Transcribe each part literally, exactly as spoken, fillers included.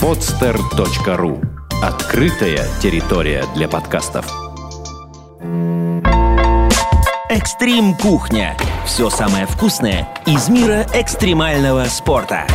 подстер точка ру. Открытая территория для подкастов. Экстрим Кухня. Все самое вкусное из мира экстремального спорта.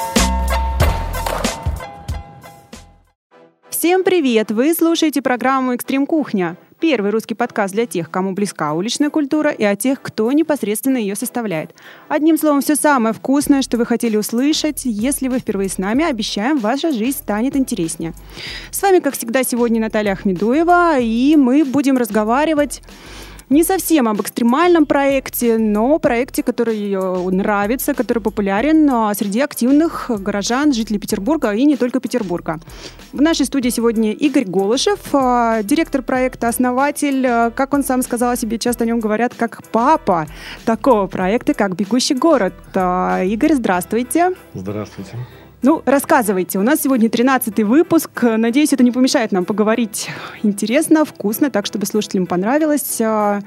Всем привет! Вы слушаете программу «Экстрим Кухня». Первый русский подкаст для тех, кому близка уличная культура, и о тех, кто непосредственно ее составляет. Одним словом, все самое вкусное, что вы хотели услышать. Если вы впервые с нами, обещаем, ваша жизнь станет интереснее. С вами, как всегда, сегодня Наталья Ахмедуева, и мы будем разговаривать не совсем об экстремальном проекте, но проекте, который нравится, который популярен среди активных горожан, жителей Петербурга и не только Петербурга. В нашей студии сегодня Игорь Голышев, директор проекта, основатель, как он сам сказал о себе, часто о нем говорят, как папа такого проекта, как «Бегущий город». Игорь, здравствуйте. Здравствуйте. Ну, рассказывайте. У нас сегодня тринадцатый выпуск. Надеюсь, это не помешает нам поговорить интересно, вкусно, так, чтобы слушателям понравилось.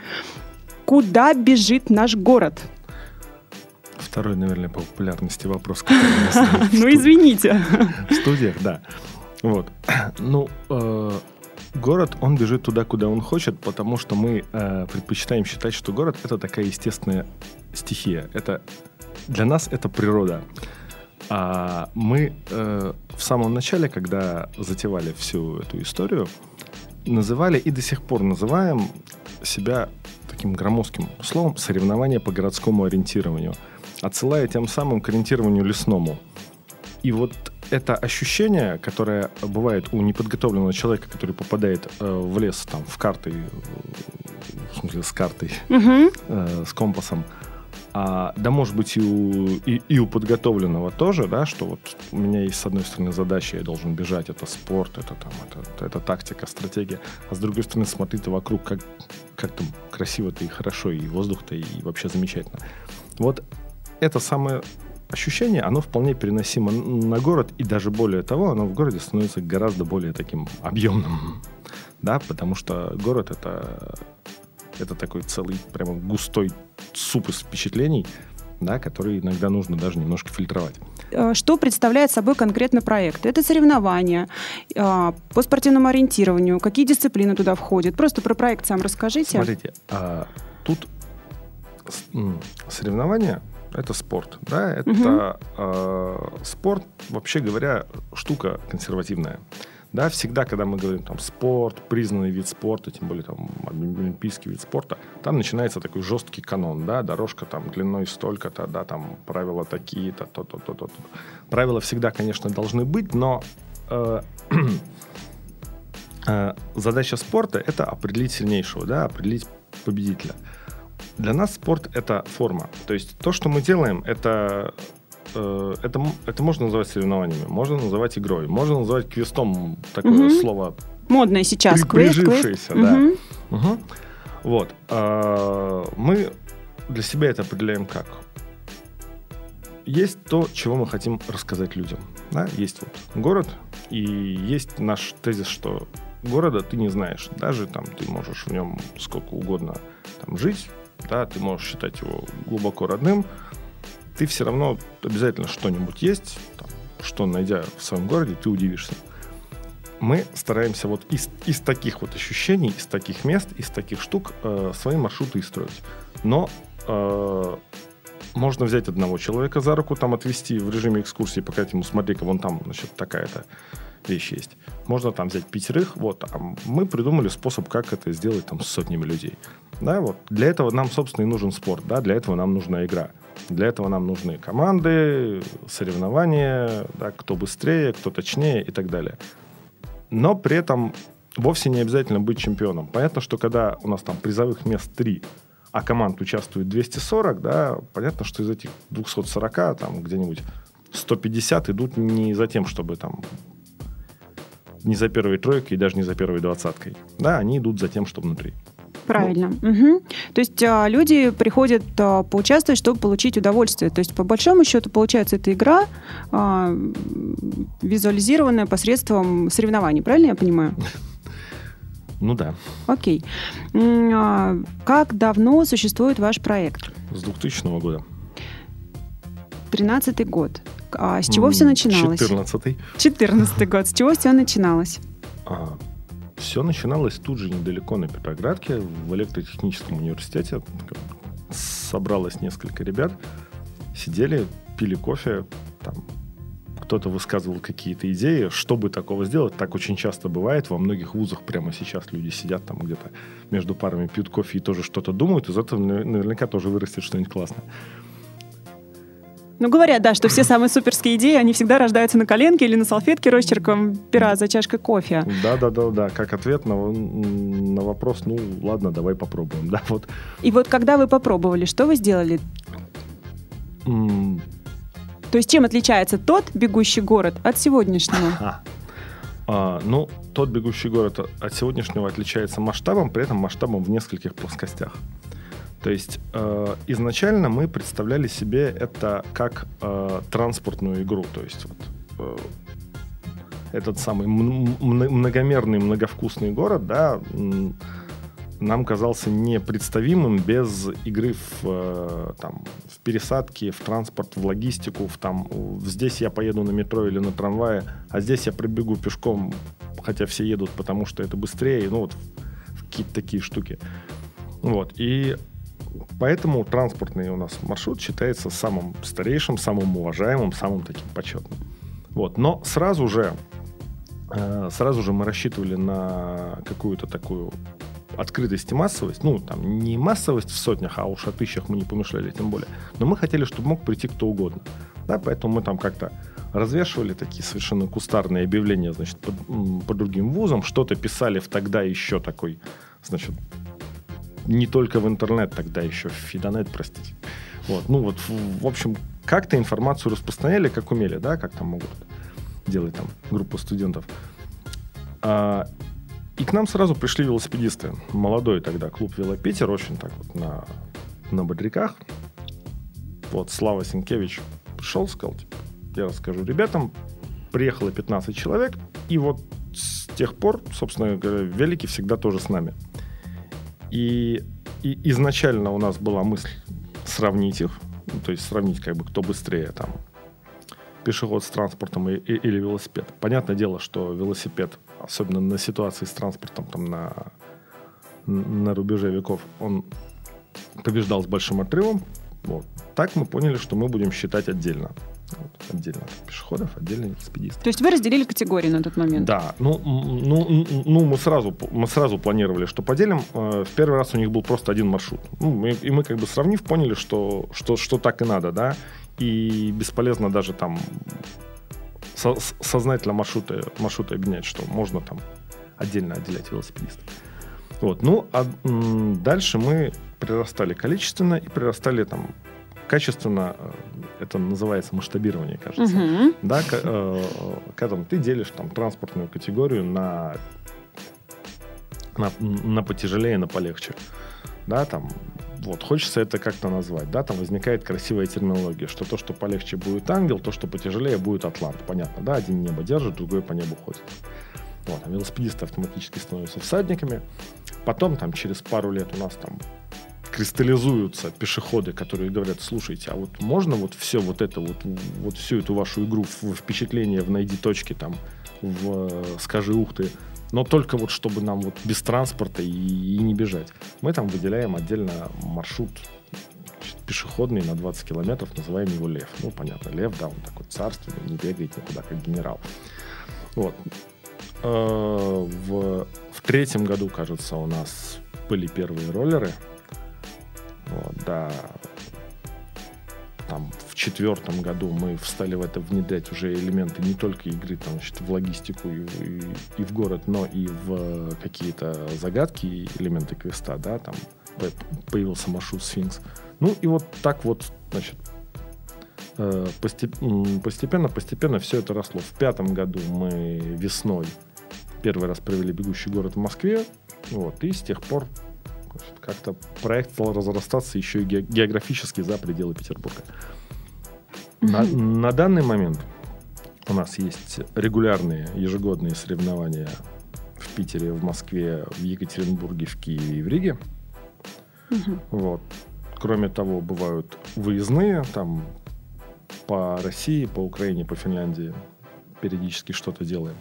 Куда бежит наш город? Второй, наверное, по популярности вопрос, который у нас Ну, извините. В студиях, да. Вот. Ну, город, он бежит туда, куда он хочет, потому что мы предпочитаем считать, что город — это такая естественная стихия. Это для нас это природа. А мы э, в самом начале, когда затевали всю эту историю, называли и до сих пор называем себя таким громоздким словом «соревнование по городскому ориентированию», отсылая тем самым к ориентированию лесному. И вот это ощущение, которое бывает у неподготовленного человека, который попадает э, в лес там, в карты, в смысле с картой, uh-huh. э, с компасом, А, да, может быть, и у, и, и у подготовленного тоже, да, что вот у меня есть, с одной стороны, задача, я должен бежать, это спорт, это, там, это, это тактика, стратегия, а с другой стороны, смотри ты вокруг, как, как там красиво-то и хорошо, и воздух-то, и вообще замечательно. Вот это самое ощущение, оно вполне переносимо на город, и даже более того, оно в городе становится гораздо более таким объемным, да, потому что город — это... Это такой целый, прямо густой суп из впечатлений, да, который иногда нужно даже немножко фильтровать. Что представляет собой конкретно проект? Это соревнования по спортивному ориентированию. Какие дисциплины туда входят? Просто про проект сам расскажите. Смотрите, а, тут соревнования — это спорт. Да? Это угу. а, спорт, вообще говоря, штука консервативная. Да, всегда, когда мы говорим там спорт, признанный вид спорта, тем более там олимпийский вид спорта, там начинается такой жесткий канон, да, дорожка там длиной столько-то, да, там правила такие-то, то-то, то-то, то-то. Правила всегда, конечно, должны быть, но э, э, задача спорта — это определить сильнейшего, да, определить победителя. Для нас спорт — это форма, то есть то, что мы делаем, это... Это, это можно называть соревнованиями, можно называть игрой, можно называть квестом, такое угу. слово модное сейчас, при, квест, прижившееся, квест. да. Угу. Угу. Вот. А, мы для себя это определяем как? Есть то, чего мы хотим рассказать людям. Да? Есть вот город, и есть наш тезис, что города ты не знаешь. Даже там ты можешь в нем сколько угодно там, жить, да, ты можешь считать его глубоко родным, ты все равно обязательно что-нибудь есть, там, что, найдя в своем городе, ты удивишься. Мы стараемся вот из, из таких вот ощущений, из таких мест, из таких штук э, свои маршруты и строить. Но э, можно взять одного человека за руку, там отвезти в режиме экскурсии, показать ему, смотри-ка, вон там, значит, такая-то вещь есть. Можно там взять пятерых, вот. А мы придумали способ, как это сделать там с сотнями людей. Да, вот. Для этого нам, собственно, и нужен спорт, да, для этого нам нужна игра. Для этого нам нужны команды, соревнования, да, кто быстрее, кто точнее и так далее. Но при этом вовсе не обязательно быть чемпионом. Понятно, что когда у нас там призовых мест три, а команд участвует двести сорок, да, понятно, что из этих двести сорок там где-нибудь сто пятьдесят идут не за тем, чтобы там не за первой тройкой и даже не за первой двадцаткой. Да, они идут за тем, что внутри. Правильно. Ну. Угу. То есть а, люди приходят а, поучаствовать, чтобы получить удовольствие. То есть, по большому счету, получается, это игра, а, визуализированная посредством соревнований. Правильно я понимаю? Ну да. Окей. А, как давно существует ваш проект? С двухтысячного года. тринадцатый год. А с чего все начиналось? четырнадцатый. четырнадцатый год. С чего все начиналось? А, все начиналось тут же недалеко на Петроградке, в электротехническом университете. Собралось несколько ребят, сидели, пили кофе, там кто-то высказывал какие-то идеи, чтобы такого сделать. Так очень часто бывает. Во многих вузах прямо сейчас люди сидят там где-то между парами, пьют кофе и тоже что-то думают. Из этого наверняка тоже вырастет что-нибудь классное. Ну, говорят, да, что все самые суперские идеи, они всегда рождаются на коленке или на салфетке росчерком пера за чашкой кофе. Да-да-да, как ответ на, на вопрос, ну, ладно, давай попробуем. Да, вот. И вот когда вы попробовали, что вы сделали? Mm. То есть чем отличается тот бегущий город от сегодняшнего? А. А, ну, тот бегущий город от сегодняшнего отличается масштабом, при этом масштабом в нескольких плоскостях. То есть э, изначально мы представляли себе это как э, транспортную игру. То есть вот, э, этот самый м- многомерный, многовкусный город, да, м- нам казался непредставимым без игры в, э, там, в пересадки, в транспорт, в логистику. В, там, в, здесь я поеду на метро или на трамвае, а здесь я пробегу пешком, хотя все едут, потому что это быстрее. Ну вот какие-то такие штуки. Вот. И поэтому транспортный у нас маршрут считается самым старейшим, самым уважаемым, самым таким почетным. Вот. Но сразу же, э, сразу же мы рассчитывали на какую-то такую открытость и массовость. Ну, там, не массовость в сотнях, а уж о тысячах мы не помышляли, тем более. Но мы хотели, чтобы мог прийти кто угодно. Да, поэтому мы там как-то развешивали такие совершенно кустарные объявления, значит, по, по другим вузам, что-то писали в тогда еще такой, значит, не только в интернет, тогда еще в Фидонет, простите. Вот, ну вот, в, в общем, как-то информацию распространяли, как умели, да, как там могут делать там группа студентов. А, и к нам сразу пришли велосипедисты. Молодой тогда клуб «Велопитер», очень так вот на, на бодряках. Вот, Слава Сенкевич пришел, сказал, типа, я расскажу ребятам. Приехало пятнадцать человек, и вот с тех пор, собственно говоря, велики всегда тоже с нами. И, и изначально у нас была мысль сравнить их, ну, то есть сравнить, как бы, кто быстрее, там, пешеход с транспортом и, и, или велосипед. Понятное дело, что велосипед, особенно на ситуации с транспортом, там, на, на рубеже веков, он побеждал с большим отрывом. Вот. Так мы поняли, что мы будем считать отдельно. Вот, отдельно пешеходов, отдельно велосипедистов. То есть вы разделили категории на тот момент? Да. Ну, ну, ну мы, сразу, мы сразу планировали, что поделим. В первый раз у них был просто один маршрут. Ну, мы, и мы, как бы сравнив, поняли, что, что, что так и надо, да. И бесполезно даже там со, сознательно маршруты, маршруты объединять, что можно там отдельно отделять велосипедистов. Вот. Ну, а м, дальше мы прирастали количественно и прирастали там качественно. Это называется масштабирование, кажется. Uh-huh. Да, к, э, когда ты делишь там транспортную категорию на, на, на потяжелее, на полегче. Да, там, вот, хочется это как-то назвать. Да, там возникает красивая терминология, что то, что полегче, будет ангел, то, что потяжелее, будет атлант. Понятно, да, один небо держит, другой по небу ходит. Вот, а велосипедисты автоматически становятся всадниками. Потом, там, через пару лет у нас там кристаллизуются пешеходы, которые говорят, слушайте, а вот можно вот все вот это, вот, вот всю эту вашу игру в впечатление, в найди точки, там, в скажи ух ты, но только вот чтобы нам вот без транспорта и, и не бежать. Мы там выделяем отдельно маршрут пешеходный на двадцать километров, называем его Лев. Ну, понятно, Лев, да, он такой царственный, не бегает никуда, как генерал. Вот. В, в третьем году, кажется, у нас были первые роллеры. Вот, да. Там в четвертом году мы стали в это внедрять уже элементы не только игры там, значит, в логистику и, и, и в город, но и в какие-то загадки, элементы квеста, да, там появился маршрут Сфинкс. Ну и вот так вот, значит, постепенно, постепенно все это росло. В пятом году мы весной первый раз провели «Бегущий город» в Москве, вот, и с тех пор как-то проект стал разрастаться еще и географически за пределы Петербурга. Mm-hmm. На, на данный момент у нас есть регулярные ежегодные соревнования в Питере, в Москве, в Екатеринбурге, в Киеве и в Риге. Mm-hmm. Вот. Кроме того, бывают выездные, там по России, по Украине, по Финляндии периодически что-то делаем.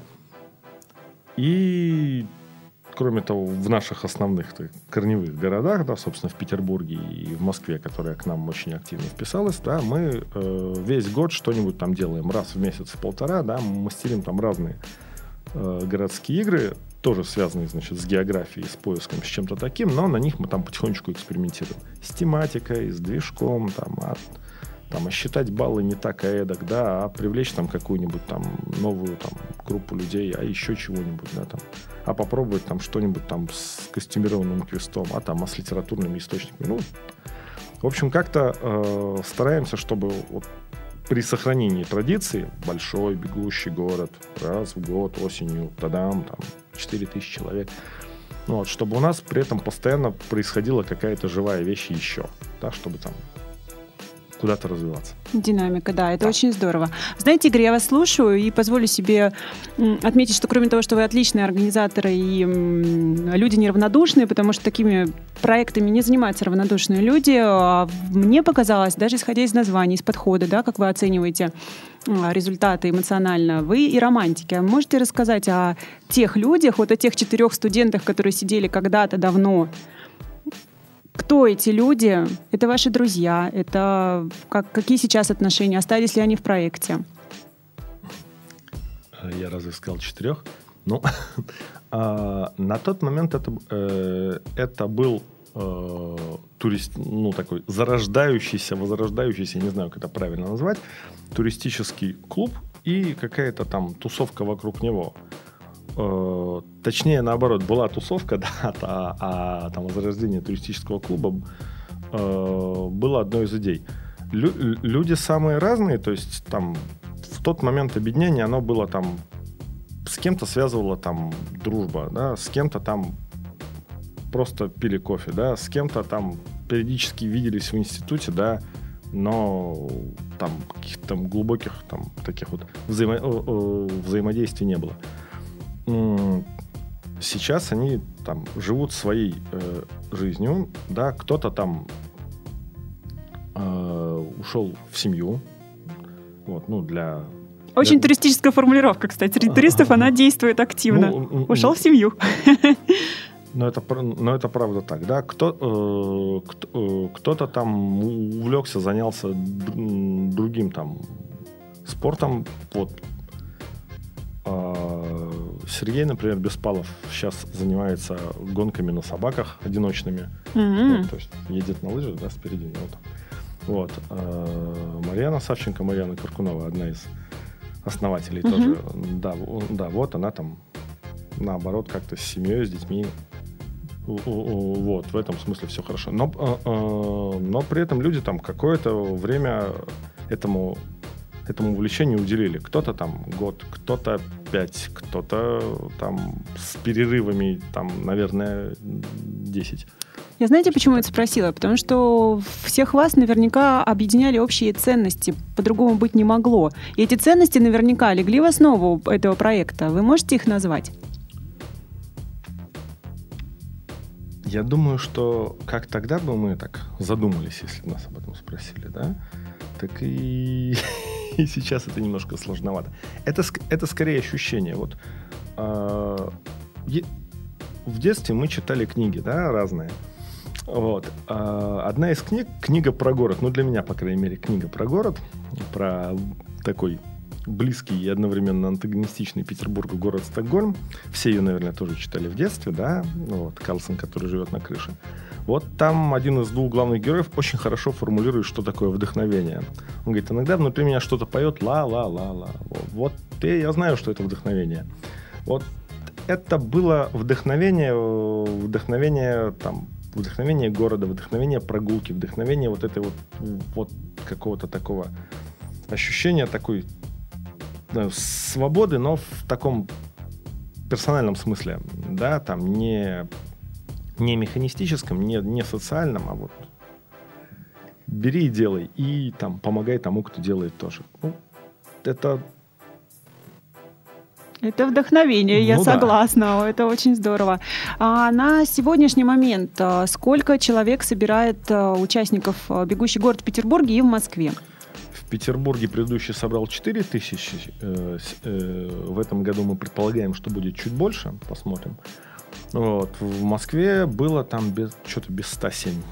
И, кроме того, в наших основных так, корневых городах, да, собственно, в Петербурге и в Москве, которая к нам очень активно вписалась, да, мы э, весь год что-нибудь там делаем. Раз в месяц, в полтора, да, мы мастерим там разные э, городские игры, тоже связанные, значит, с географией, с поиском, с чем-то таким, но на них мы там потихонечку экспериментируем. С тематикой, с движком, там, а, там, а считать баллы не так, а эдак, да, а привлечь там какую-нибудь там новую там группу людей, а еще чего-нибудь, да, там, а попробовать там что-нибудь там с костюмированным квестом, а там, а с литературными источниками. Ну, в общем, как-то э, стараемся, чтобы вот при сохранении традиции большой бегущий город раз в год осенью, тадам, там, четыре тысячи человек, ну, вот, чтобы у нас при этом постоянно происходила какая-то живая вещь еще, да, чтобы там куда-то развиваться. Динамика, да, это да. очень здорово. Знаете, Игорь, я вас слушаю и позволю себе отметить, что кроме того, что вы отличные организаторы и люди неравнодушные, потому что такими проектами не занимаются равнодушные люди, мне показалось, даже исходя из названия, из подхода, да, как вы оцениваете результаты эмоционально, вы и романтики. А можете рассказать о тех людях, вот о тех четырех студентах, которые сидели когда-то давно? Кто эти люди? Это ваши друзья? Это как, какие сейчас отношения? Остались ли они в проекте? Я разве сказал четырех? Ну, на тот момент это, это был турист, ну, такой зарождающийся, возрождающийся, не знаю, как это правильно назвать, туристический клуб и какая-то там тусовка вокруг него. Точнее, наоборот, была тусовка, да, а, а там возрождение туристического клуба э, было одной из идей. Лю, люди самые разные, то есть там в тот момент объединения оно было там, с кем-то связывала там дружба, да, с кем-то там просто пили кофе, да, с кем-то там периодически виделись в институте, да, но там каких-то там глубоких там таких вот взаимо, э, взаимодействий не было. Сейчас они там живут своей э, жизнью, да, кто-то там э, ушел в семью, вот, ну, для... Очень для... туристическая формулировка, кстати, среди туристов она действует активно. Ну, ушел в семью. Но это, но это правда так, да, кто, э, кто, э, кто-то там увлекся, занялся другим там спортом, вот. Сергей, например, Беспалов сейчас занимается гонками на собаках одиночными. Mm-hmm. Вот, то есть едет на лыжах, да, спереди него там. Вот. А Марьяна Савченко, Марьяна Каркунова, одна из основателей mm-hmm. тоже. Да, да, вот она там, наоборот, как-то с семьей, с детьми. Вот, в этом смысле все хорошо. Но, но при этом люди там какое-то время этому... этому увлечению уделили. Кто-то там год, кто-то пять, кто-то там с перерывами, там, наверное, десять. Я знаете, почему это спросила? Потому что всех вас наверняка объединяли общие ценности. По-другому быть не могло. И эти ценности наверняка легли в основу этого проекта. Вы можете их назвать? Я думаю, что как тогда бы мы так задумались, если бы нас об этом спросили, да? Так и... И сейчас это немножко сложновато. Это, это скорее ощущение. Вот, э, в детстве мы читали книги, да, разные. Вот. Э, одна из книг, книга про город, ну для меня, по крайней мере, книга про город, про такой близкий и одновременно антагонистичный Петербургу город Стокгольм. Все ее, наверное, тоже читали в детстве, да. Вот, Карлсон, который живет на крыше. Вот там один из двух главных героев очень хорошо формулирует, что такое вдохновение. Он говорит, иногда внутри меня что-то поет ла-ла-ла-ла. Вот я знаю, что это вдохновение. Вот это было вдохновение, вдохновение там, вдохновение города, вдохновение прогулки, вдохновение вот этой вот, вот какого-то такого ощущения такой да, свободы, но в таком персональном смысле, да, там не не механистическом, не, не социальном, а вот бери и делай, и там помогай тому, кто делает тоже. Ну, это... Это вдохновение, ну, я да. согласна, это очень здорово. А на сегодняшний момент сколько человек собирает участников «Бегущий город» в Петербурге и в Москве? В Петербурге предыдущий собрал четыре тысячи. Э, э, в этом году мы предполагаем, что будет чуть больше. Посмотрим. Вот. В Москве было там без, что-то без ста семь.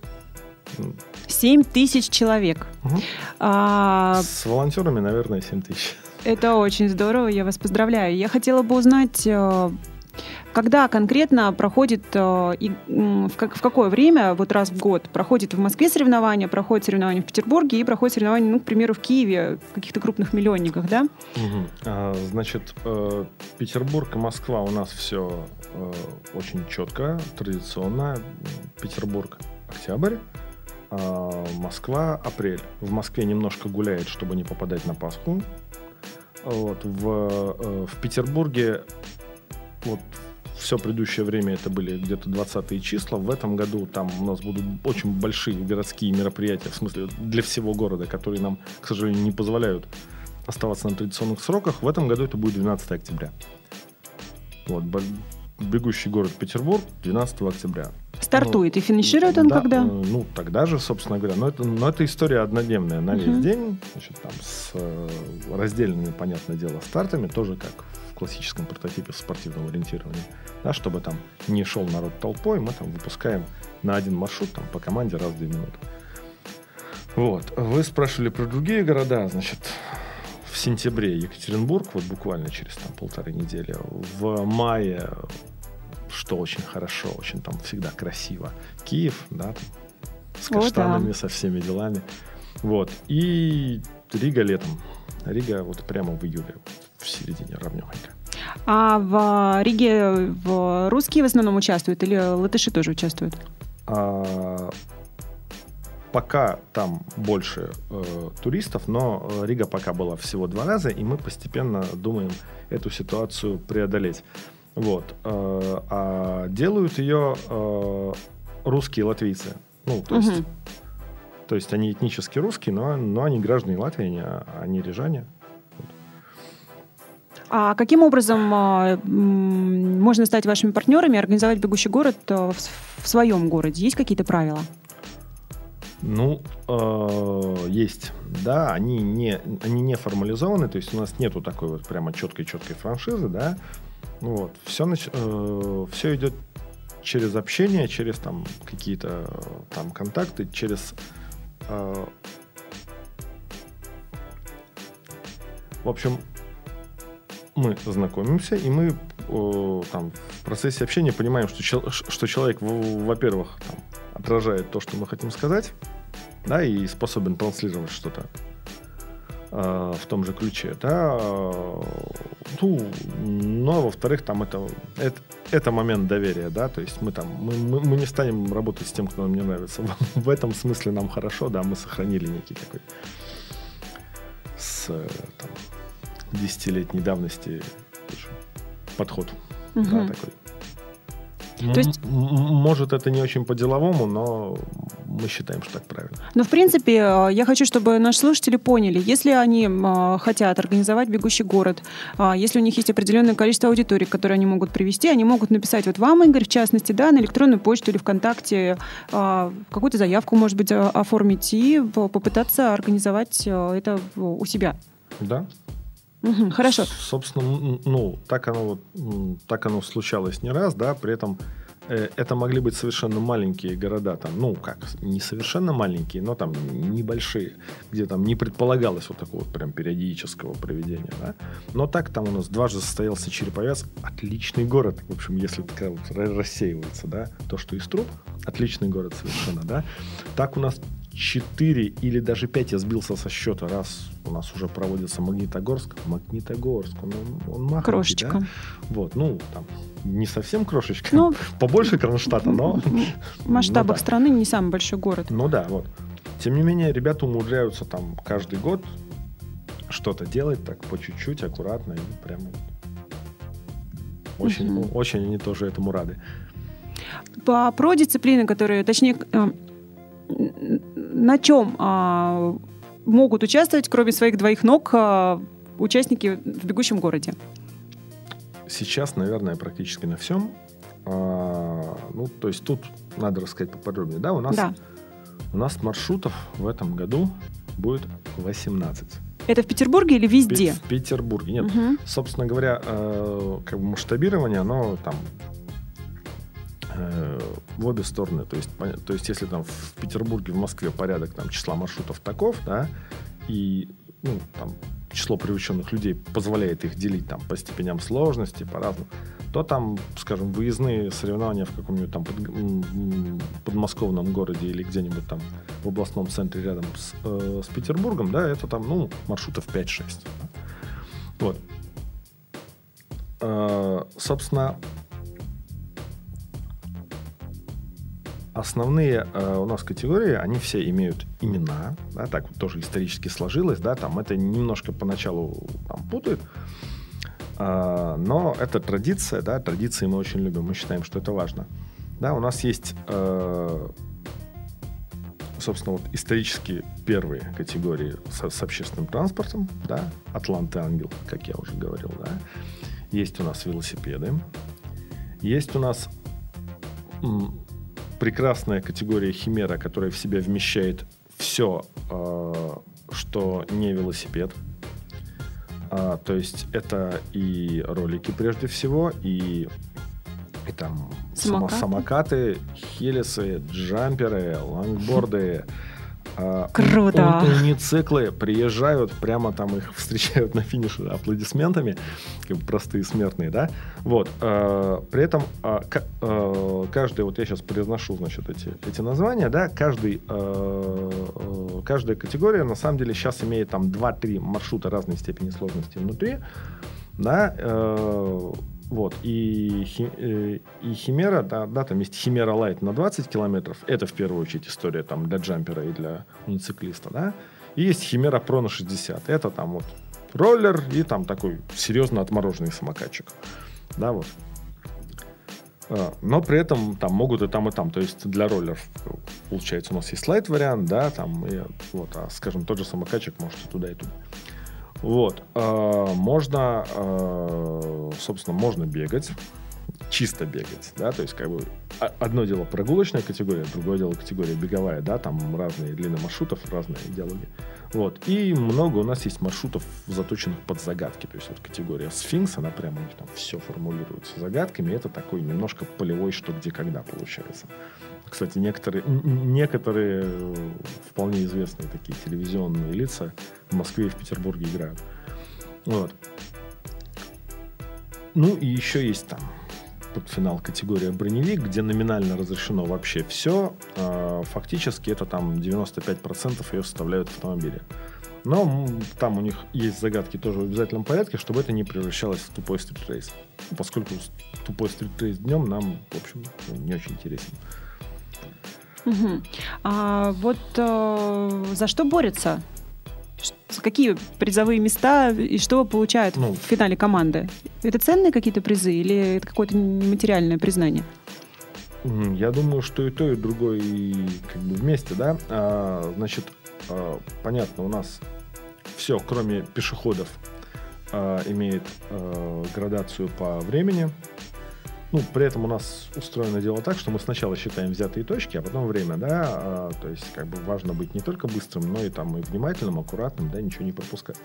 семь тысяч человек. Угу. А... С волонтерами, наверное, семь тысяч. Это очень здорово, я вас поздравляю. Я хотела бы узнать, когда конкретно проходит, и в какое время, вот раз в год, проходит в Москве соревнования, проходят соревнования в Петербурге и проходят соревнования, ну, к примеру, в Киеве, в каких-то крупных миллионниках, да? Угу. А, значит, Петербург и Москва у нас все очень четко, традиционно. Петербург — октябрь, а Москва — апрель. В Москве немножко гуляет, чтобы не попадать на Пасху. Вот. В, в Петербурге вот, все предыдущее время это были где-то двадцатые числа. В этом году там у нас будут очень большие городские мероприятия, в смысле для всего города, которые нам, к сожалению, не позволяют оставаться на традиционных сроках. В этом году это будет двенадцатого октября. Вот. Бегущий город Петербург двенадцатого октября. Стартует ну, и финиширует он да, когда? Ну, тогда же, собственно говоря. Но это, но это история однодневная на весь uh-huh. день. Значит, там с э, раздельными, понятное дело, стартами. Тоже как в классическом прототипе спортивного ориентирования. Да, чтобы там не шел народ толпой, мы там выпускаем на один маршрут там, по команде раз в две минуты. Вот. Вы спрашивали про другие города. Значит, в сентябре Екатеринбург, вот буквально через там, полторы недели. В мае... что очень хорошо, очень там всегда красиво. Киев, да, там, с каштанами, О, да. со всеми делами. Вот. И Рига летом. Рига вот прямо в июле, в середине, равнёхонько. А в Риге в русские в основном участвуют или латыши тоже участвуют? А, пока там больше э, туристов, но Рига пока была всего два раза, и мы постепенно думаем эту ситуацию преодолеть. Вот. А делают ее русские латвийцы. Ну, то есть, угу. то есть они этнически русские, но, но они граждане Латвии, они, они рижане. Вот. А каким образом можно стать вашими партнерами и организовать бегущий город в, в своем городе? Есть какие-то правила? Ну, э, есть. Да, они не, они не формализованы, то есть у нас нету такой вот прямо четкой-четкой франшизы, да. Вот. Все, э, все идет через общение, через там, какие-то там, контакты, через... Э, в общем, мы знакомимся, и мы э, там, в процессе общения понимаем, что, чел, что человек, во-первых, там, отражает то, что мы хотим сказать, да, и способен транслировать что-то э, в том же ключе, да. Ну, но, во-вторых, там это, это, это момент доверия, да, то есть мы там, мы, мы, мы не станем работать с тем, кто нам не нравится. В, в этом смысле нам хорошо, да, мы сохранили некий такой с там, десятилетней давности подход, угу. да, такой. То есть... Может, это не очень по-деловому, но мы считаем, что так правильно. Но, в принципе, я хочу, чтобы наши слушатели поняли, если они хотят организовать бегущий город, если у них есть определенное количество аудиторий, которые они могут привести, они могут написать вот вам, Игорь, в частности, да, на электронную почту или ВКонтакте, какую-то заявку, может быть, оформить и попытаться организовать это у себя. Да. Угу, хорошо. Собственно, ну, так оно, так оно случалось не раз, да, при этом э, это могли быть совершенно маленькие города, там, ну, как, не совершенно маленькие, но там небольшие, где там не предполагалось вот такого вот прям периодического проведения, да. Но так там у нас дважды состоялся Череповец, отличный город, в общем, если такая вот рассеивается, да, то, что из труб, отличный город совершенно, да. Так у нас четыре или даже пять, я сбился со счета, раз у нас уже проводится Магнитогорск. Магнитогорск, он, он махонький, крошечка. Да? Вот, ну, там, не совсем крошечка, ну, побольше Кронштадта, но... В масштабах ну, да. страны не самый большой город. Ну да, вот. Тем не менее, ребята умудряются там каждый год что-то делать так по чуть-чуть, аккуратно, и прям очень, угу. очень они тоже этому рады. По, про дисциплины, которые, точнее... На чем а, могут участвовать, кроме своих двоих ног, а, участники в бегущем городе? Сейчас, наверное, практически на всем. А, ну, то есть тут надо рассказать поподробнее. Да, у нас, да. у нас маршрутов в этом году будет восемнадцать. Это в Петербурге или везде? В Петербурге. Нет, угу. собственно говоря, э, как бы масштабирование, оно там э, в обе стороны. То есть, то есть, если там в Петербурге, в Москве порядок там, числа маршрутов таков, да, и ну, там, число привлеченных людей позволяет их делить там, по степеням сложности, по-разному, то там, скажем, выездные соревнования в каком-нибудь там под, подмосковном городе или где-нибудь там в областном центре рядом с, э, с Петербургом, да, это там, ну, маршрутов пять-шесть. Вот. Э, собственно, основные э, у нас категории, они все имеют имена, да, так вот тоже исторически сложилось, да, там это немножко поначалу там, путает, э, но это традиция, да, традиции мы очень любим, мы считаем, что это важно. Да, у нас есть, э, собственно, вот исторически первые категории с, с общественным транспортом, да, Атланты Ангел, как я уже говорил, да, есть у нас велосипеды, есть у нас м- прекрасная категория Химера, которая в себя вмещает все, э, что не велосипед. А, то есть это и ролики прежде всего, и, и там самокаты, самокаты хелисы, джамперы, лонгборды. Круто. У, унициклы приезжают, прямо там их встречают на финише аплодисментами, как бы простые смертные, да. Вот. Э, при этом э, к, э, каждый, вот я сейчас произношу, значит, эти, эти названия, да, каждый, э, э, каждая категория на самом деле сейчас имеет там два-три маршрута разной степени сложности внутри, да. Э, Вот, и, и, и Химера, да, да, там есть Химера Лайт на двадцать километров. Это в первую очередь история там, для джампера и для унициклиста, да. И есть Химера Про на шестьдесят. Это там вот роллер и там такой серьезно отмороженный самокатчик. Да, вот. Но при этом там могут и там, и там. То есть для роллеров, получается, у нас есть лайт-вариант, да, там, и, вот, а, скажем, тот же самокатчик может и туда, и туда. Вот. Можно, собственно, можно бегать, чисто бегать, да, то есть как бы одно дело прогулочная категория, другое дело категория беговая, да, там разные длины маршрутов, разные идеологии. Вот. И много у нас есть маршрутов, заточенных под загадки, то есть вот категория Сфинкс, она прямо у них там все формулируется загадками, это такой немножко полевой что где когда получается. Кстати, некоторые, некоторые вполне известные такие телевизионные лица в Москве и в Петербурге играют. Вот. Ну и еще есть там под финал категория броневик, где номинально разрешено вообще все. Фактически это там девяносто пять процентов ее составляют автомобили. Но там у них есть загадки тоже в обязательном порядке, чтобы это не превращалось в тупой стрит-рейс. Поскольку тупой стрит-рейс днем нам, в общем, не очень интересен. Угу. А вот э, за что борются? Какие призовые места и что получают ну, в финале команды? Это ценные какие-то призы или это какое-то нематериальное признание? Я думаю, что и то, и другое как бы вместе, да. А, значит, а, понятно, у нас все, кроме пешеходов, а, имеет а, градацию по времени. Ну, при этом у нас устроено дело так, что мы сначала считаем взятые точки, а потом время, да, а, то есть как бы важно быть не только быстрым, но и там и внимательным, аккуратным, да, ничего не пропускать.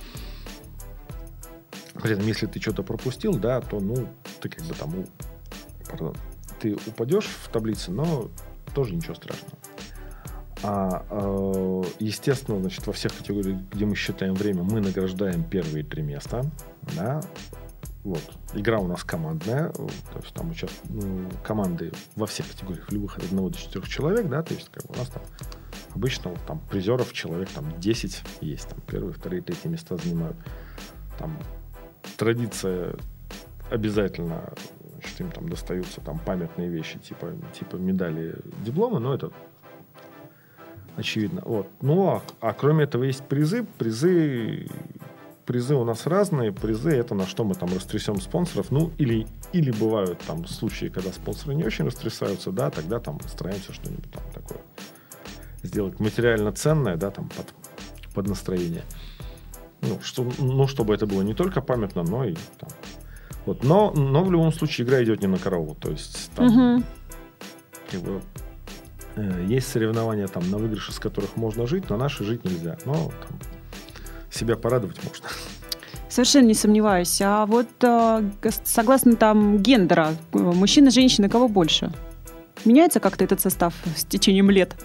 При этом, если ты что-то пропустил, да, то, ну, ты как бы там, у... пардон, ты упадешь в таблице, но тоже ничего страшного. А, а, естественно, значит, во всех категориях, где мы считаем время, мы награждаем первые три места, да. Вот. Игра у нас командная, то есть там участвуют ну, команды во всех категориях, в любых от одного до четырех человек, да, то есть как бы у нас там обычно вот, там призеров человек там десять есть, там первые, вторые, третьи места занимают. Там традиция обязательно, значит, им там достаются там памятные вещи, типа, типа медали, дипломы, но это очевидно. Вот. Ну, а, а кроме этого есть призы, призы... Призы у нас разные. Призы — это на что мы там растрясем спонсоров. Ну, или, или бывают там случаи, когда спонсоры не очень растрясаются, да, тогда там стараемся что-нибудь там такое сделать материально ценное, да, там под, под настроение. Ну, что, ну, чтобы это было не только памятно, но и там. Вот. Но, но в любом случае игра идет не на корову. То есть там угу. как бы Есть соревнования, там, на выигрыше, с которых можно жить, на наши жить нельзя. Но там, себя порадовать можно. Совершенно не сомневаюсь. А вот согласно там гендера, мужчины, женщины, кого больше? Меняется как-то этот состав с течением лет?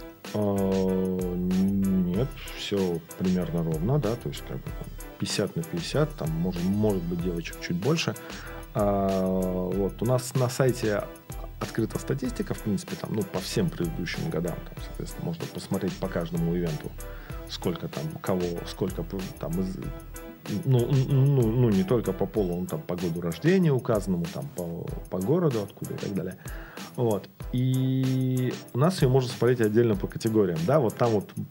Нет, все примерно ровно, да, то есть как бы пятьдесят на пятьдесят, там может, может быть девочек чуть больше. А, вот у нас на сайте открыта статистика, в принципе, там, ну, по всем предыдущим годам, там, соответственно, можно посмотреть по каждому ивенту, сколько там, кого, сколько там, из, ну, ну, ну, не только по полу, ну, там, по году рождения указанному, там, по, по городу, откуда и так далее. Вот. И у нас ее можно смотреть отдельно по категориям, да, вот там вот,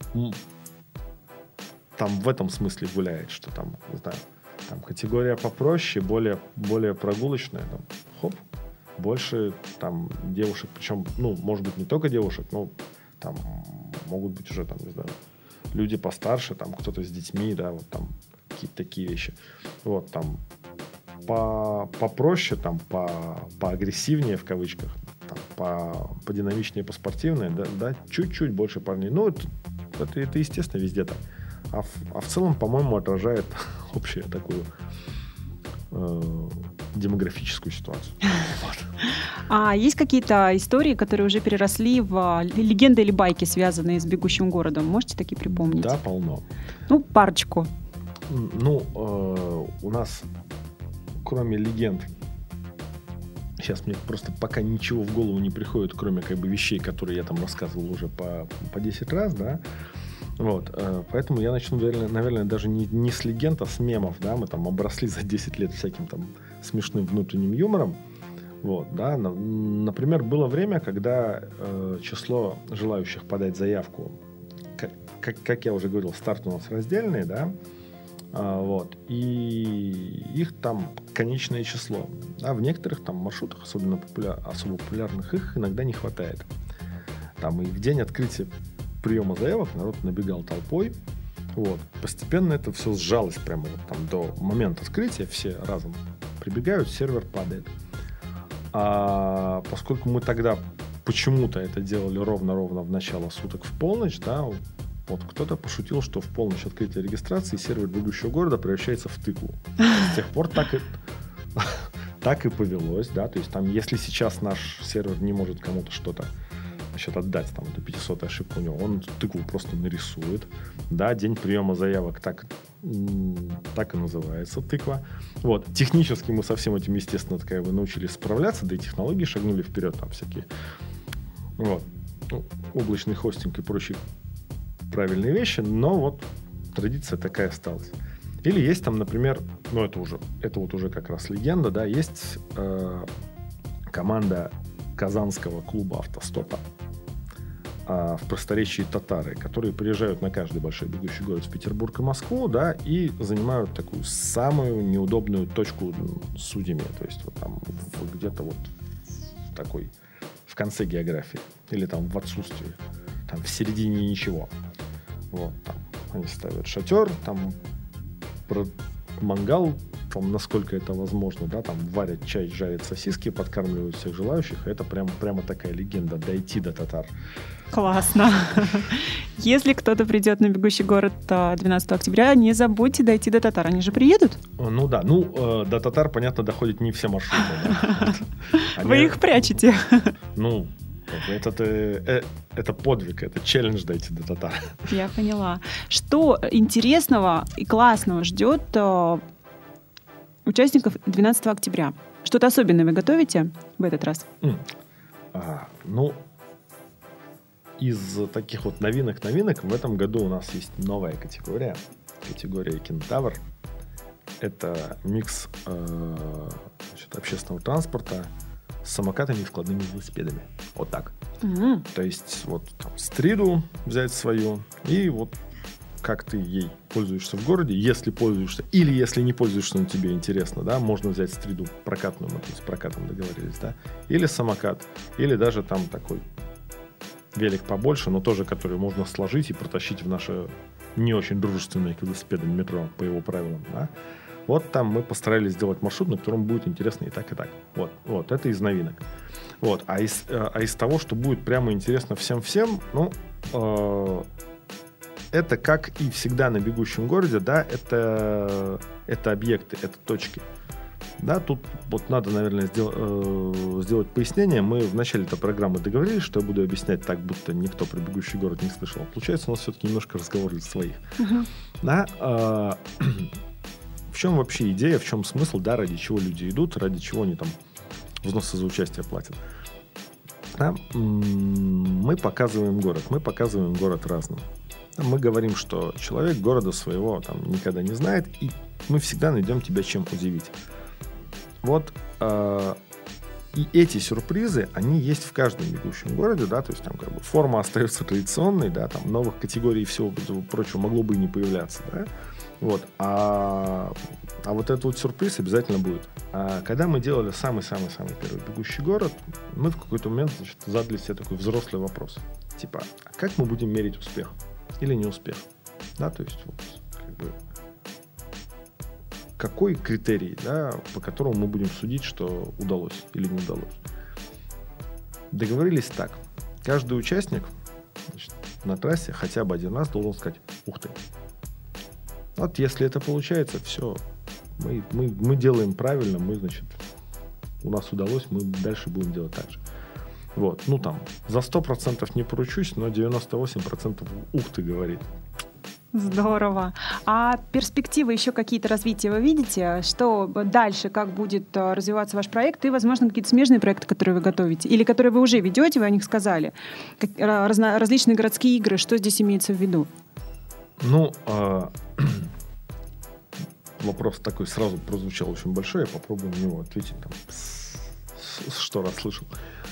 там в этом смысле гуляет, что там, не знаю, там категория попроще, более, более прогулочная, там, хоп, больше там девушек, причем, ну, может быть, не только девушек, но там могут быть уже, там, не знаю, люди постарше, там, кто-то с детьми, да, вот там какие-то такие вещи. Вот, там, по, попроще, там, по, поагрессивнее, в кавычках, там, по, подинамичнее, поспортивнее, да, да, чуть-чуть больше парней. Ну, это, это, это естественно, везде так. А в, а в целом, по-моему, отражает общую такую э, демографическую ситуацию. А есть какие-то истории, которые уже переросли в легенды или байки, связанные с «Бегущим городом»? Можете такие припомнить? Да, полно. Ну, парочку. Ну, э, у нас, кроме легенд, сейчас мне просто пока ничего в голову не приходит, кроме как бы вещей, которые я там рассказывал уже по, по десять раз, да. Вот, э, поэтому я начну, наверное, наверное даже не, не с легенд, а с мемов, да. Мы там обросли за десять лет всяким там смешным внутренним юмором. Вот, да. Например, было время, когда э, число желающих подать заявку, как, как, как я уже говорил, старт у нас раздельный, да. А, вот, и их там конечное число. А в некоторых там маршрутах, особенно популяр, особо популярных, их иногда не хватает. Там и в день открытия приема заявок народ набегал толпой. Вот. Постепенно это все сжалось прямо вот там до момента открытия. Все разом прибегают, сервер падает. А поскольку мы тогда почему-то это делали ровно-ровно в начало суток в полночь, да, вот кто-то пошутил, что в полночь открытия регистрации сервер «Бегущего города» превращается в тыкву. С тех пор так и, так и повелось, да, то есть там, если сейчас наш сервер не может кому-то что-то, значит, отдать там эту пятисотую ошибку у него, он тыкву просто нарисует, да, день приема заявок так, так и называется, тыква. Вот, технически мы со всем этим, естественно, как бы научились справляться, да и технологии шагнули вперед, там всякие, вот, ну, облачный хостинг и прочие правильные вещи, но вот традиция такая осталась. Или есть там, например, ну это уже, это вот уже как раз легенда, да, есть э, команда казанского клуба автостопа э, в просторечии татары, которые приезжают на каждый большой бегущий город в Петербург и Москву, да, и занимают такую самую неудобную точку с судьями, то есть вот там вот где-то вот в такой, в конце географии, или там в отсутствии, там в середине ничего. Вот, там они ставят шатер, там про мангал, там, насколько это возможно, да, там варят чай, жарят сосиски, подкармливают всех желающих. Это прям, прямо такая легенда, дойти до татар. Классно. Если кто-то придет на «Бегущий город» двенадцатого октября, не забудьте дойти до татар. Они же приедут? Ну да, ну до татар, понятно, доходят не все маршруты. Вы их прячете? Ну, Это, это, это подвиг, это челлендж дойти до татар. Я поняла. Что интересного и классного ждет э, участников двенадцатого октября? Что-то особенное вы готовите в этот раз? Mm. А, ну, из таких вот новинок-новинок в этом году у нас есть новая категория. Категория «Кентавр». Это микс э, значит, общественного транспорта с самокатами и складными велосипедами. Вот так. Mm-hmm. То есть вот там стриду взять свою, и вот как ты ей пользуешься в городе, если пользуешься, или если не пользуешься, но тебе интересно, да, можно взять стриду прокатную, мы тут с прокатом договорились, да, или самокат, или даже там такой велик побольше, но тоже, который можно сложить и протащить в наше не очень дружественное к велосипедам метро по его правилам, да. Вот там мы постарались сделать маршрут, на котором будет интересно и так, и так. Вот, вот это из новинок. Вот, а из, а из того, что будет прямо интересно всем-всем, ну, э, это, как и всегда на бегущем городе, да, это, это объекты, это точки. Да, тут вот надо, наверное, сдел, э, сделать пояснение. Мы в начале этой программы договорились, что я буду объяснять так, будто никто про бегущий город не слышал. Получается, у нас все-таки немножко разговор из своих. Uh-huh. Да, э, в чем вообще идея, в чем смысл, да, ради чего люди идут, ради чего они там взносы за участие платят. Да, мы показываем город, мы показываем город разным. Мы говорим, что человек города своего там никогда не знает, и мы всегда найдем тебя чем удивить. Вот э, и эти сюрпризы, они есть в каждом бегущем городе, да, то есть там как бы форма остается традиционной, да, там новых категорий и всего прочего могло бы и не появляться, да, вот, а, а вот этот вот сюрприз обязательно будет. А когда мы делали самый-самый-самый первый бегущий город, мы в какой-то момент, значит, задали себе такой взрослый вопрос, типа, а как мы будем мерить успех или не успех, да, то есть вот, как бы, какой критерий, да, по которому мы будем судить, что удалось или не удалось. Договорились так. Каждый участник, значит, на трассе хотя бы один раз должен сказать «Ух ты!». Вот если это получается, все, мы, мы, мы делаем правильно, мы, значит, у нас удалось, мы дальше будем делать так же. Вот, ну там, за сто процентов не поручусь, но девяносто восемь процентов «Ух ты!» говорит. Здорово. А перспективы еще какие-то развития вы видите? Что дальше, как будет развиваться ваш проект? И, возможно, какие-то смежные проекты, которые вы готовите? Или которые вы уже ведете, вы о них сказали? Как, разно, различные городские игры, что здесь имеется в виду? Ну, э, вопрос такой сразу прозвучал очень большой. Я попробую на него ответить, там, что раз слышал.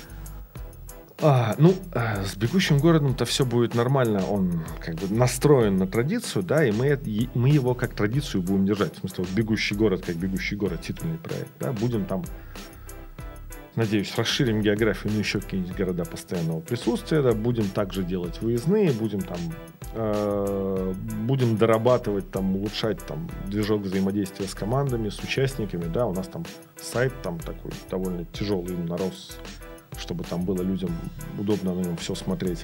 А, ну, с бегущим городом-то все будет нормально. Он как бы настроен на традицию, да, и мы, и мы его как традицию будем держать. В смысле, вот бегущий город, как бегущий город, титульный проект, да, будем там, надеюсь, расширим географию, ну, еще какие-нибудь города постоянного присутствия, да, будем также делать выездные, будем там, э, будем дорабатывать, там, улучшать там движок взаимодействия с командами, с участниками, да, у нас там сайт там такой довольно тяжелый нарос, чтобы там было людям удобно на нем все смотреть.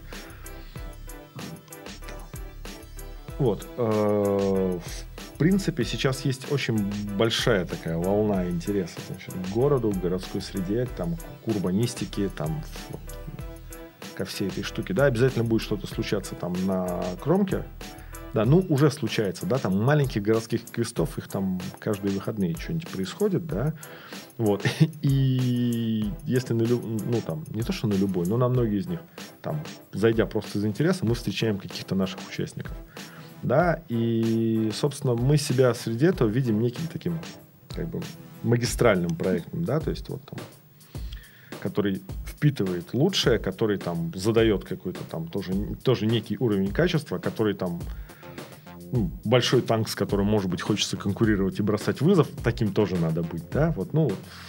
Вот. В принципе, сейчас есть очень большая такая волна интереса, значит, к городу, к городской среде, там, к урбанистике, там, вот, ко всей этой штуке. Да, обязательно будет что-то случаться там на кромке. Да, ну, уже случается, да, там маленьких городских квестов, их там каждые выходные что-нибудь происходит, да, вот, и если на люб... ну, там, не то, что на любой, но на многие из них, там, зайдя просто из интереса, мы встречаем каких-то наших участников, да, и, собственно, мы себя среди этого видим неким таким, как бы, магистральным проектом, да, то есть, вот, там, который впитывает лучшее, который, там, задает какой-то, там, тоже, тоже некий уровень качества, который, там, ну, большой танк, с которым, может быть, хочется конкурировать и бросать вызов, таким тоже надо быть, да, вот, ну,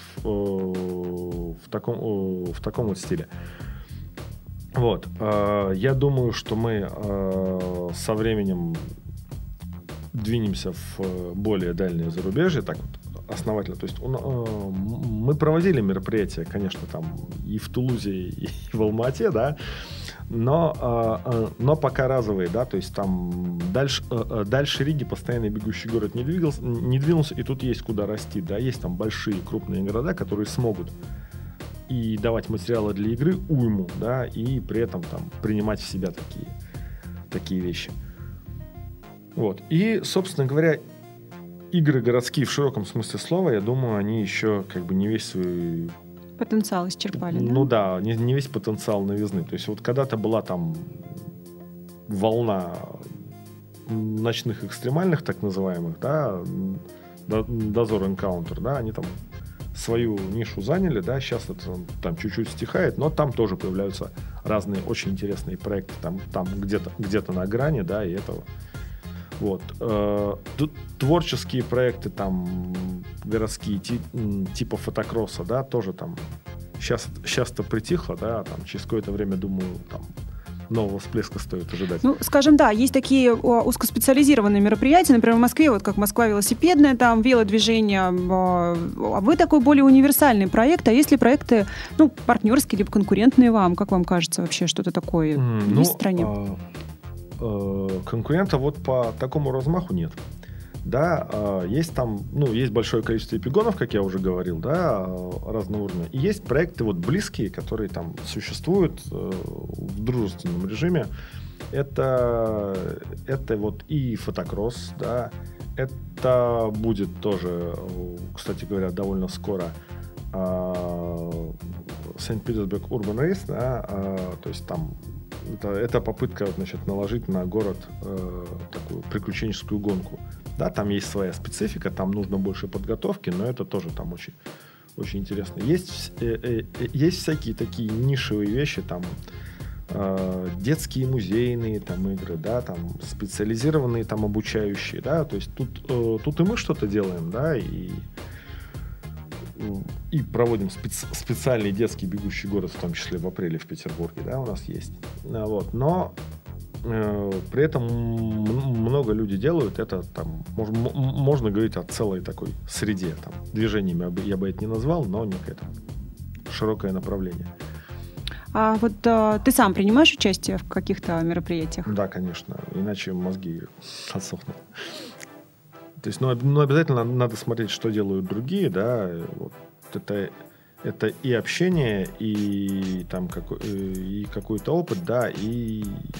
в, в, таком, в таком вот стиле. Вот, я думаю, что мы со временем двинемся в более дальнее зарубежье, так вот, основательно. То есть мы проводили мероприятия, конечно, там и в Тулузе, и в Алма-Ате, да, но, но пока разовые, да, то есть там дальше, дальше Риги постоянно бегущий город не двигался, не двинулся, и тут есть куда расти, да, есть там большие крупные города, которые смогут и давать материалы для игры уйму, да, и при этом там принимать в себя такие, такие вещи. Вот. И, собственно говоря, игры городские в широком смысле слова, я думаю, они еще как бы не весь свой... Потенциал исчерпали, да? Ну да, не, не весь потенциал новизны. То есть вот когда-то была там волна ночных экстремальных, так называемых, да, Дозор Encounter, да, они там свою нишу заняли, да, сейчас это там чуть-чуть стихает, но там тоже появляются разные очень интересные проекты, там, там где-то, где-то на грани, да, и этого. Вот. Творческие проекты там городские, типа фотокросса, да, тоже там сейчас, сейчас-то притихло, да, там через какое-то время, думаю, там нового всплеска стоит ожидать? Ну, скажем, да, есть такие узкоспециализированные мероприятия, например, в Москве, вот как Москва велосипедная, там велодвижение. А вы такой более универсальный проект, а есть ли проекты, ну, партнерские, либо конкурентные вам? Как вам кажется вообще, что-то такое mm, есть ну, в стране? А, а, конкурента вот по такому размаху нет. Да, есть там, ну, есть большое количество эпигонов, как я уже говорил, да, разного уровня. И есть проекты вот близкие, которые там существуют в дружественном режиме. Это, это вот и фотокросс, да, это будет тоже, кстати говоря, довольно скоро Санкт-Петербург Urban Race, да, то есть там это, это попытка, значит, наложить на город э, такую приключенческую гонку. Да, там есть своя специфика, там нужно больше подготовки, но это тоже там очень, очень интересно. Есть, э, э, есть всякие такие нишевые вещи, там э, детские музейные там игры, да, там специализированные там обучающие, да, то есть тут, э, тут и мы что-то делаем, да, и и проводим специ- специальный детский бегущий город, в том числе в апреле в Петербурге, да, у нас есть. Вот. Но э, при этом м- много людей делают, это там, мож- м- можно говорить о целой такой среде, там, движениями я бы, я бы это не назвал, но некое там широкое направление. А вот а, ты сам принимаешь участие в каких-то мероприятиях? Да, конечно, иначе мозги отсохнут. То есть, ну, ну, обязательно надо смотреть, что делают другие, да, вот это, это и общение, и там какой, и какой-то опыт, да, и,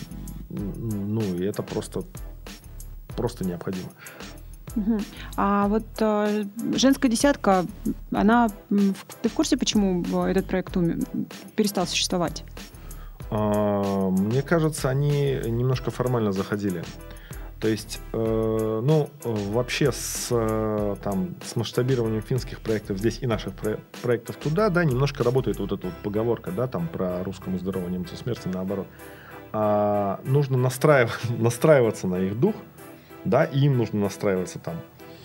ну, и это просто, просто необходимо. Угу. А вот а, женская десятка, она, ты в курсе, почему этот проект перестал существовать? А, мне кажется, они немножко формально заходили. То есть, э, ну, вообще с, э, там, с масштабированием финских проектов здесь и наших про- проектов туда, да, немножко работает вот эта вот поговорка, да, там, про русскому здоровому немцу смерти, наоборот. А, нужно настраив- настраиваться на их дух, да, и им нужно настраиваться там.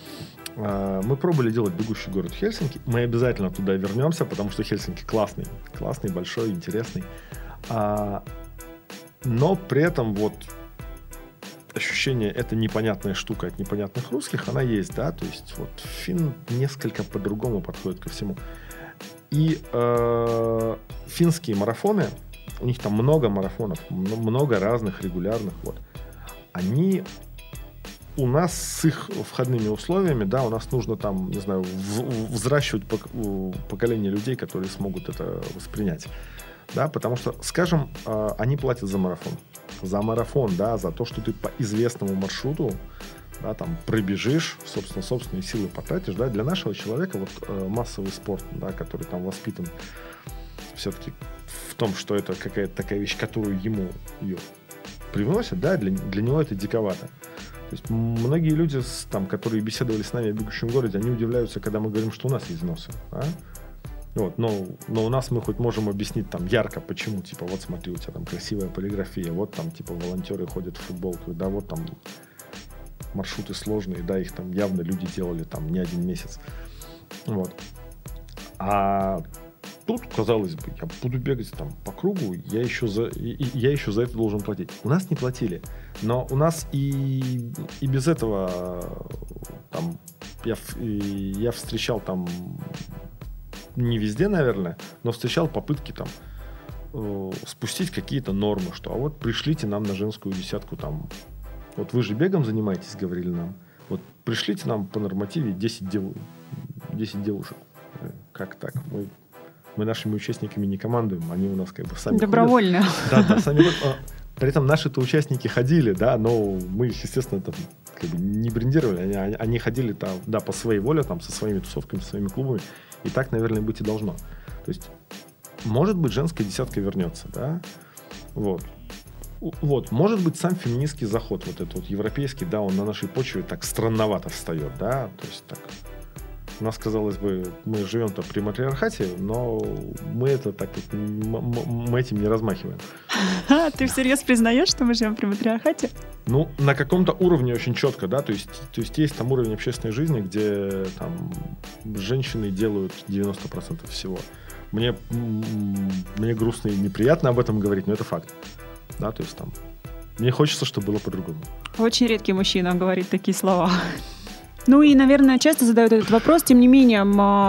А, мы пробовали делать бегущий город Хельсинки, мы обязательно туда вернемся, потому что Хельсинки классный, классный, большой, интересный. А, но при этом вот ощущение, это непонятная штука от непонятных русских, она есть, да, то есть вот финн несколько по-другому подходит ко всему. И э, финские марафоны, у них там много марафонов, много разных регулярных, вот, они у нас с их входными условиями, да, у нас нужно там, не знаю, в- взращивать пок- поколение людей, которые смогут это воспринять, да, потому что, скажем, э, они платят за марафон. За марафон, да, за то, что ты по известному маршруту, да, там, пробежишь, собственно, собственные силы потратишь, да, для нашего человека вот э, массовый спорт, да, который там воспитан все-таки в том, что это какая-то такая вещь, которую ему ее привносят, да, для, для него это диковато. То есть многие люди, там, которые беседовали с нами о бегущем городе, они удивляются, когда мы говорим, что у нас есть взносы, да? Вот, но, но у нас мы хоть можем объяснить там ярко, почему, типа, вот смотри, у тебя там красивая полиграфия, вот там, типа, волонтеры ходят в футболку, да, вот там маршруты сложные, да, их там явно люди делали там не один месяц, вот. А тут, казалось бы, я буду бегать там по кругу, я еще за, и, и, я еще за это должен платить. У нас не платили, но у нас и, и без этого там я, и, я встречал там не везде, наверное, но встречал попытки там э, спустить какие-то нормы, что а вот пришлите нам на женскую десятку там, вот вы же бегом занимаетесь, говорили нам, вот пришлите нам по нормативе десять, дев... десять девушек. Как так? Мы, мы нашими участниками не командуем, они у нас как бы сами добровольно. Да, да, сами ходят. При этом наши-то участники ходили, да, но мы их, естественно, там, как бы не брендировали, они, они ходили там, да, по своей воле, там, со своими тусовками, со своими клубами. И так, наверное, быть и должно. То есть, может быть, женская десятка вернется, да? Вот. Вот. Может быть, сам феминистский заход, вот этот вот европейский, да, он на нашей почве так странновато встает, да? То есть, так, у нас, казалось бы, мы живем-то при матриархате, но мы это так вот, мы этим не размахиваем. Ты всерьез признаешь, что мы живем при матриархате? Ну, на каком-то уровне очень четко, да, то есть, то есть есть там уровень общественной жизни, где там женщины делают девяносто процентов всего. Мне, мне грустно и неприятно об этом говорить, но это факт. Да, то есть там мне хочется, чтобы было по-другому. Очень редкий мужчина говорит такие слова. Ну и, наверное, часто задают этот вопрос, тем не менее,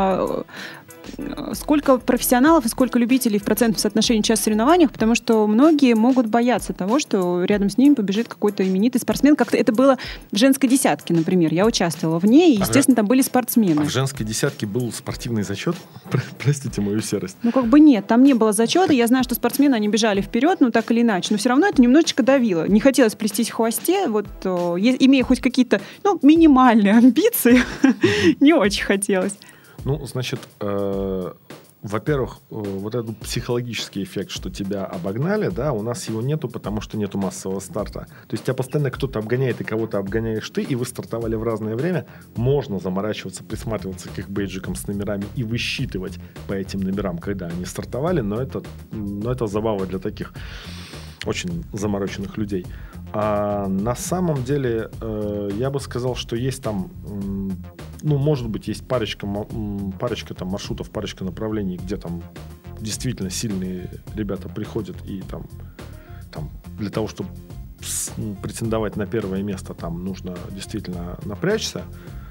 сколько профессионалов и сколько любителей в процентном соотношении сейчас в соревнованиях, потому что многие могут бояться того, что рядом с ними побежит какой-то именитый спортсмен. Как-то это было в женской десятке, например. Я участвовала в ней, и, естественно, там были спортсмены. А в женской десятке был спортивный зачет? Простите мою серость. Ну, как бы нет, там не было зачета. Я знаю, что спортсмены, они бежали вперед, ну, так или иначе. Но все равно это немножечко давило. Не хотелось плестись в хвосте. Вот, имея хоть какие-то, ну, минимальные амбиции, не очень хотелось. Ну, значит, э, во-первых, э, вот этот психологический эффект, что тебя обогнали, да, у нас его нету, потому что нету массового старта. То есть тебя постоянно кто-то обгоняет, и кого-то обгоняешь ты, и вы стартовали в разное время. Можно заморачиваться, присматриваться к их бейджикам с номерами и высчитывать по этим номерам, когда они стартовали, но это, но это забава для таких очень замороченных людей. А на самом деле э, я бы сказал, что есть там, м, ну, может быть, есть парочка, м, парочка там маршрутов, парочка направлений, где там действительно сильные ребята приходят и там, там для того, чтобы с, ну, претендовать на первое место, там нужно действительно напрячься.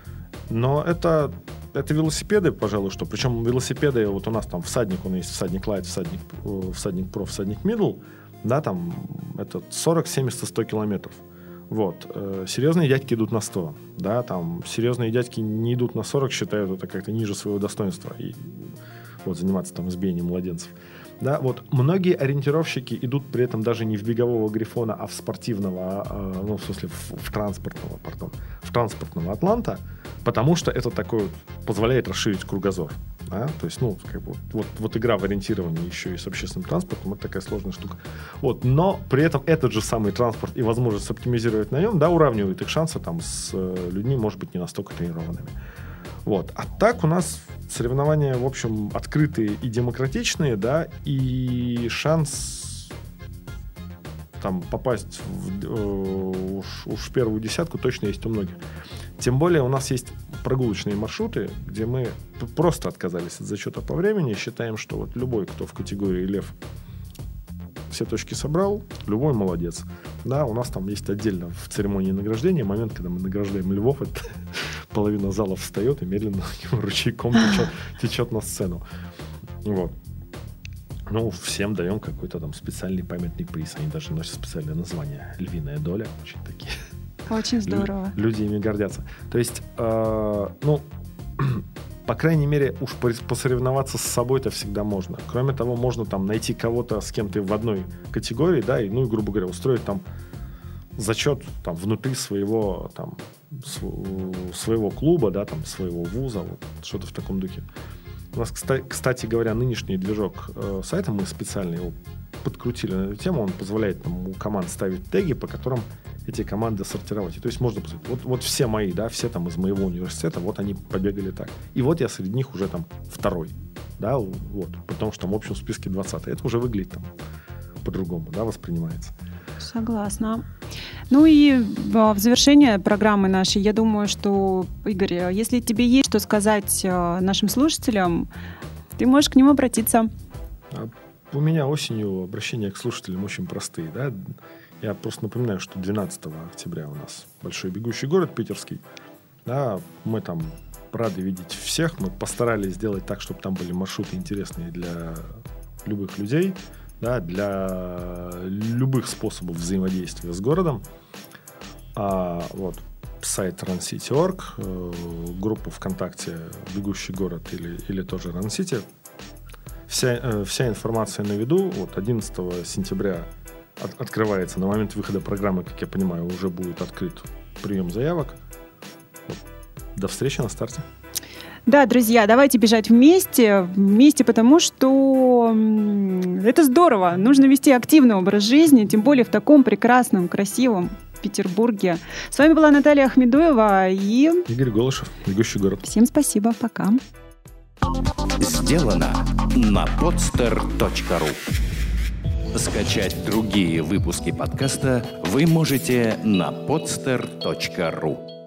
Но это, это велосипеды, пожалуй, что. Причем велосипеды, вот у нас там всадник, он есть всадник Light, всадник, всадник Pro, всадник Middle. Да, там это сорок, семьдесят, сто километров. Вот. Э, серьезные дядьки идут на сто. Да, там серьезные дядьки не идут на сорок, считают это как-то ниже своего достоинства. И вот заниматься там избиением младенцев. Да, вот. Многие ориентировщики идут при этом даже не в бегового Грифона, а в спортивного, э, ну, в смысле, в, в транспортного, пардон, в транспортного Атланта, потому что это такое вот позволяет расширить кругозор. Да? То есть, ну, как бы, вот, вот игра в ориентировании еще и с общественным транспортом, это такая сложная штука. Вот, но при этом этот же самый транспорт и возможность оптимизировать на нем, да, уравнивает их шансы там с э, людьми, может быть, не настолько тренированными. Вот. А так у нас соревнования, в общем, открытые и демократичные, да, и шанс там попасть в, э, уж, уж в первую десятку точно есть у многих. Тем более у нас есть прогулочные маршруты, где мы просто отказались от зачета по времени, считаем, что вот любой, кто в категории лев все точки собрал, любой молодец. Да, у нас там есть отдельно в церемонии награждения момент, когда мы награждаем львов, это половина зала встает и медленно ручейком течет, течет на сцену. Вот. Ну, всем даем какой-то там специальный памятный приз. Они даже носят специальное название. Львиная доля. Очень такие. Очень здорово. Люди ими гордятся. То есть, э, ну, по крайней мере, уж посоревноваться с собой-то всегда можно. Кроме того, можно там найти кого-то, с кем ты в одной категории, да, и, ну, и, грубо говоря, устроить там зачет там внутри своего там св- своего клуба, да, там своего вуза, вот, что-то в таком духе. У нас, кстати, кстати говоря, нынешний движок э, сайта, мы специально его подкрутили на эту тему, он позволяет нам у команд ставить теги, по которым эти команды сортировать. И, то есть можно посмотреть, вот, вот все мои, да, все там из моего университета, вот они побегали так. И вот я среди них уже там второй, да, вот, потому что там в общем списке двадцатый. Это уже выглядит там по-другому, да, воспринимается. Согласна. Ну и в завершение программы нашей, я думаю, что, Игорь, если тебе есть что сказать нашим слушателям, ты можешь к ним обратиться. У меня осенью обращения к слушателям очень простые, да. Я просто напоминаю, что двенадцатого октября у нас большой бегущий город питерский. Да, мы там рады видеть всех. Мы постарались сделать так, чтобы там были маршруты интересные для любых людей, да, для любых способов взаимодействия с городом. А, вот, сайт ран сити точка орг, э, группа ВКонтакте «Бегущий город» или, или тоже ран сити. Вся, э, вся информация на виду. Вот одиннадцатого сентября от, открывается, на момент выхода программы, как я понимаю, уже будет открыт прием заявок. Вот. До встречи на старте. Да, друзья, давайте бежать вместе, вместе, потому что это здорово. Нужно вести активный образ жизни, тем более в таком прекрасном, красивом Петербурге. С вами была Наталья Ахмедуева и... Игорь Голышев, «Бегущий город». Всем спасибо, пока. Сделано на подстер точка ру. Скачать другие выпуски подкаста вы можете на подстер точка ру.